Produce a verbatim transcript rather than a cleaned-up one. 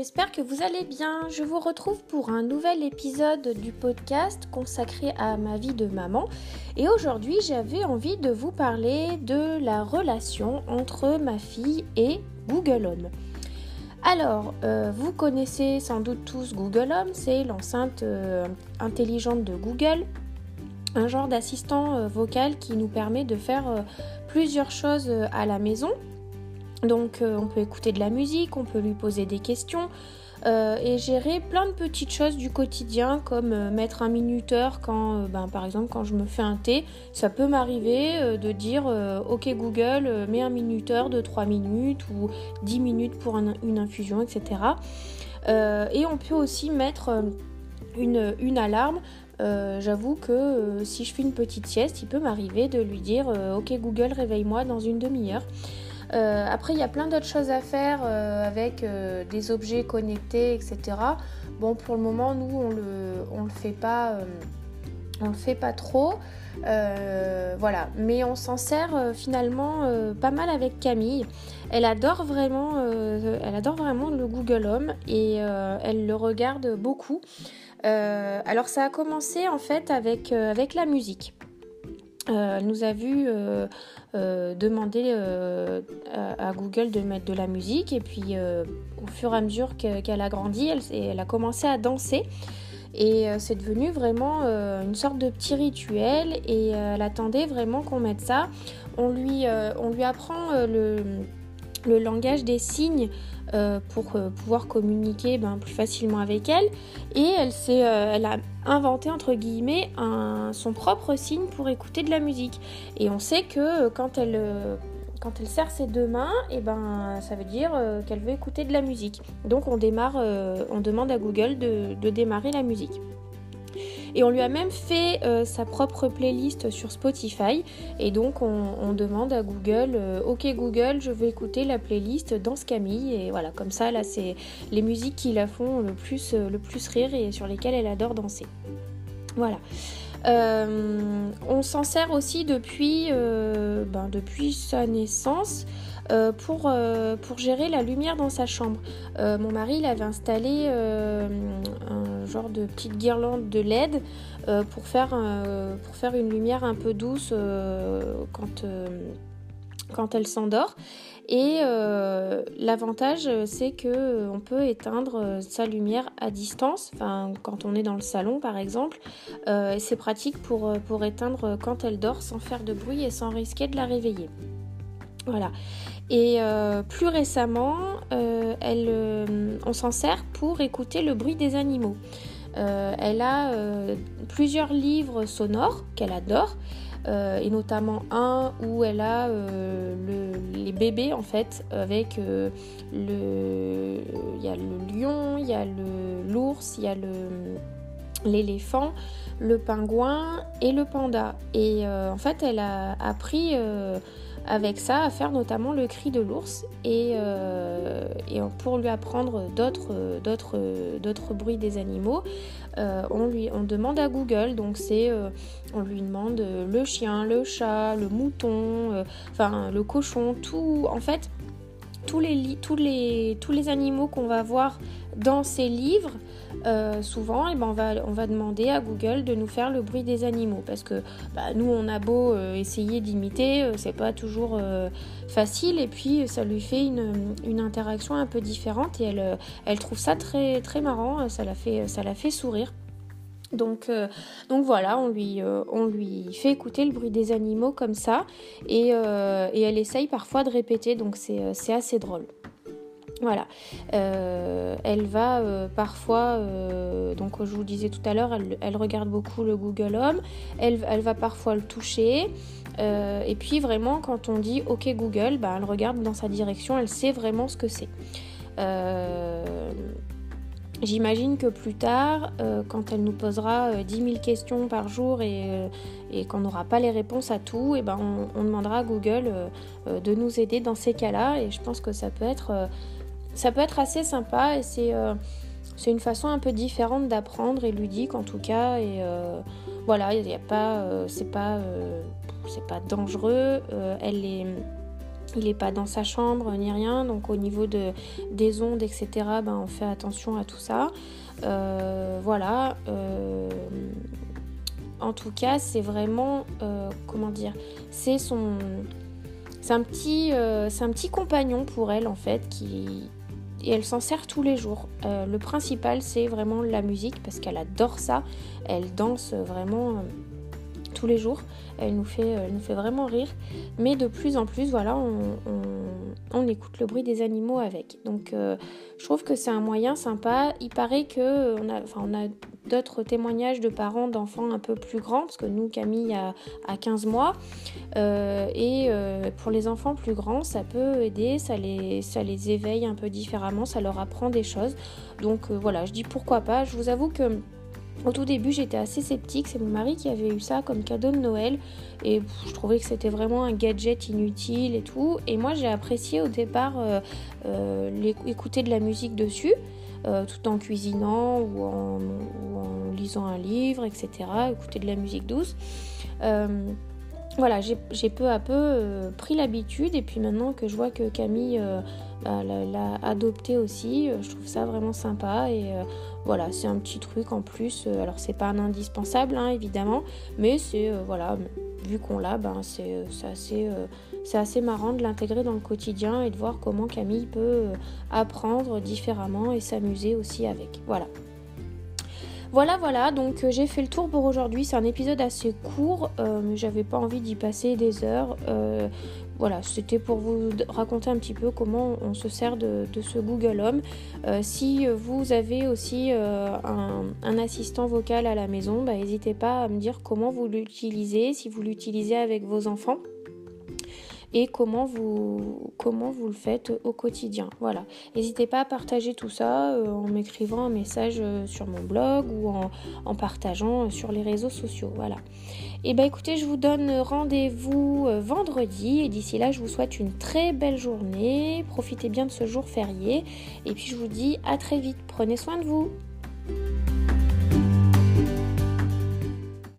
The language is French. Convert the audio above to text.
j'espère que vous allez bien. Je vous retrouve pour un nouvel épisode du podcast consacré à ma vie de maman. Et aujourd'hui, j'avais envie de vous parler de la relation entre ma fille et Google Home. Alors, euh, vous connaissez sans doute tous Google Home, c'est l'enceinte euh, intelligente de Google, un genre d'assistant euh, vocal qui nous permet de faire euh, plusieurs choses euh, à la maison. Donc euh, on peut écouter de la musique, on peut lui poser des questions euh, et gérer plein de petites choses du quotidien comme euh, mettre un minuteur quand, euh, ben, par exemple, quand je me fais un thé. Ça peut m'arriver euh, de dire euh, « Ok Google, euh, mets un minuteur de trois minutes ou dix minutes pour un, une infusion, et cetera » euh, Et on peut aussi mettre euh, une, une alarme. Euh, j'avoue que euh, si je fais une petite sieste, il peut m'arriver de lui dire euh, « Ok Google, réveille-moi dans une demi-heure ». Euh, après, il y a plein d'autres choses à faire euh, avec euh, des objets connectés, et cetera. Bon, pour le moment, nous, on le, on le fait pas, euh, on le fait pas trop. Euh, voilà, mais on s'en sert euh, finalement euh, pas mal avec Camille. Elle adore vraiment, euh, elle adore vraiment le Google Home et euh, elle le regarde beaucoup. Euh, alors, ça a commencé en fait avec euh, avec la musique. Euh, elle nous a vu euh, euh, demander euh, à, à Google de mettre de la musique et puis euh, au fur et à mesure que, qu'elle a grandi, elle, elle a commencé à danser et euh, c'est devenu vraiment euh, une sorte de petit rituel et euh, elle attendait vraiment qu'on mette ça. On lui, euh, on lui apprend euh, le, le langage des signes euh, pour euh, pouvoir communiquer ben, plus facilement avec elle et elle, s'est, euh, elle a inventé entre guillemets un, son propre signe pour écouter de la musique et on sait que quand elle, euh, quand elle serre ses deux mains et ben, ça veut dire euh, qu'elle veut écouter de la musique, donc on, démarre, euh, on demande à Google de, de démarrer la musique. Et on lui a même fait euh, sa propre playlist sur Spotify. Et donc, on, on demande à Google, euh, « Ok Google, je veux écouter la playlist Danse Camille. » Et voilà, comme ça, là, c'est les musiques qui la font le plus, euh, le plus rire et sur lesquelles elle adore danser. Voilà. Euh, on s'en sert aussi depuis, euh, ben, depuis sa naissance euh, pour, euh, pour gérer la lumière dans sa chambre. Euh, mon mari il avait installé euh, un genre de petite guirlande de L E D euh, pour, faire, euh, pour faire une lumière un peu douce euh, quand, euh, quand elle s'endort. Et euh, l'avantage, c'est qu'on peut éteindre sa lumière à distance, enfin, quand on est dans le salon par exemple. Euh, c'est pratique pour, pour éteindre quand elle dort sans faire de bruit et sans risquer de la réveiller. Voilà. Et euh, plus récemment, euh, elle, euh, on s'en sert pour écouter le bruit des animaux. Euh, elle a euh, plusieurs livres sonores qu'elle adore. Euh, et notamment un où elle a euh, le, les bébés en fait avec euh, le il y a le lion, il y a le l'ours, il y a le l'éléphant, le pingouin et le panda et euh, en fait elle a appris euh, avec ça à faire notamment le cri de l'ours et, euh, et pour lui apprendre d'autres, d'autres, d'autres bruits des animaux, euh, on, lui, on demande à Google, donc c'est, euh, on lui demande le chien, le chat, le mouton, euh, enfin le cochon, tout, en fait tous les, tous les, tous les animaux qu'on va voir dans ces livres, euh, souvent eh ben, on, va, on va demander à Google de nous faire le bruit des animaux parce que bah, nous on a beau euh, essayer d'imiter, euh, c'est pas toujours euh, facile et puis ça lui fait une, une interaction un peu différente et elle, elle trouve ça très, très marrant, ça la fait, ça la fait sourire. Donc, euh, donc voilà, on lui, euh, on lui fait écouter le bruit des animaux comme ça et, euh, et elle essaye parfois de répéter, donc c'est, c'est assez drôle. Voilà, euh, elle va euh, parfois, euh, donc je vous le disais tout à l'heure, elle, elle regarde beaucoup le Google Home, elle, elle va parfois le toucher euh, et puis vraiment quand on dit ok Google, bah, elle regarde dans sa direction, elle sait vraiment ce que c'est. Euh, J'imagine que plus tard, euh, quand elle nous posera euh, dix mille questions par jour et, euh, et qu'on n'aura pas les réponses à tout, et ben on, on demandera à Google euh, euh, de nous aider dans ces cas-là. Et je pense que ça peut être, euh, ça peut être assez sympa et c'est, euh, c'est une façon un peu différente d'apprendre et ludique en tout cas. Et euh, voilà, il y a pas, euh, c'est pas, euh, c'est pas dangereux. Euh, elle est il n'est pas dans sa chambre ni rien, donc au niveau de, des ondes, et cetera, ben, on fait attention à tout ça. Euh, voilà. Euh, en tout cas, c'est vraiment, euh, comment dire, c'est son, c'est un petit, euh, c'est un petit compagnon pour elle en fait, qui, et elle s'en sert tous les jours. Euh, le principal, c'est vraiment la musique parce qu'elle adore ça. Elle danse vraiment euh, tous les jours. Elle nous fait, elle nous fait vraiment rire. Mais de plus en plus, voilà, on, on, on écoute le bruit des animaux avec. Donc, euh, je trouve que c'est un moyen sympa. Il paraît que on a, enfin, on a d'autres témoignages de parents d'enfants un peu plus grands, parce que nous, Camille a, a quinze mois. Euh, et euh, pour les enfants plus grands, ça peut aider, ça les, ça les éveille un peu différemment, ça leur apprend des choses. Donc euh, voilà, je dis pourquoi pas. Je vous avoue que au tout début, j'étais assez sceptique. C'est mon mari qui avait eu ça comme cadeau de Noël. Et pff, je trouvais que c'était vraiment un gadget inutile et tout. Et moi, j'ai apprécié au départ euh, euh, écouter de la musique dessus, euh, tout en cuisinant ou en, ou en lisant un livre, et cetera. Écouter de la musique douce. Euh, voilà, j'ai, j'ai peu à peu euh, pris l'habitude. Et puis maintenant que je vois que Camille euh, bah, l'a, l'a adopté aussi, euh, je trouve ça vraiment sympa. Et... Euh, Voilà, c'est un petit truc en plus. Alors, c'est pas un indispensable, hein, évidemment, mais c'est, euh, voilà, vu qu'on l'a, ben, c'est, c'est, assez, euh, c'est assez marrant de l'intégrer dans le quotidien et de voir comment Camille peut euh, apprendre différemment et s'amuser aussi avec. Voilà. Voilà, voilà, donc euh, j'ai fait le tour pour aujourd'hui. C'est un épisode assez court, euh, mais j'avais pas envie d'y passer des heures. Euh, voilà, c'était pour vous raconter un petit peu comment on se sert de, de ce Google Home. Euh, si vous avez aussi euh, un, un assistant vocal à la maison, bah, n'hésitez pas à me dire comment vous l'utilisez, si vous l'utilisez avec vos enfants. Et comment vous, comment vous le faites au quotidien. Voilà. N'hésitez pas à partager tout ça euh, en m'écrivant un message euh, sur mon blog ou en, en partageant euh, sur les réseaux sociaux. Voilà. Et bien écoutez, je vous donne rendez-vous euh, vendredi. Et d'ici là, je vous souhaite une très belle journée. Profitez bien de ce jour férié. Et puis je vous dis à très vite. Prenez soin de vous.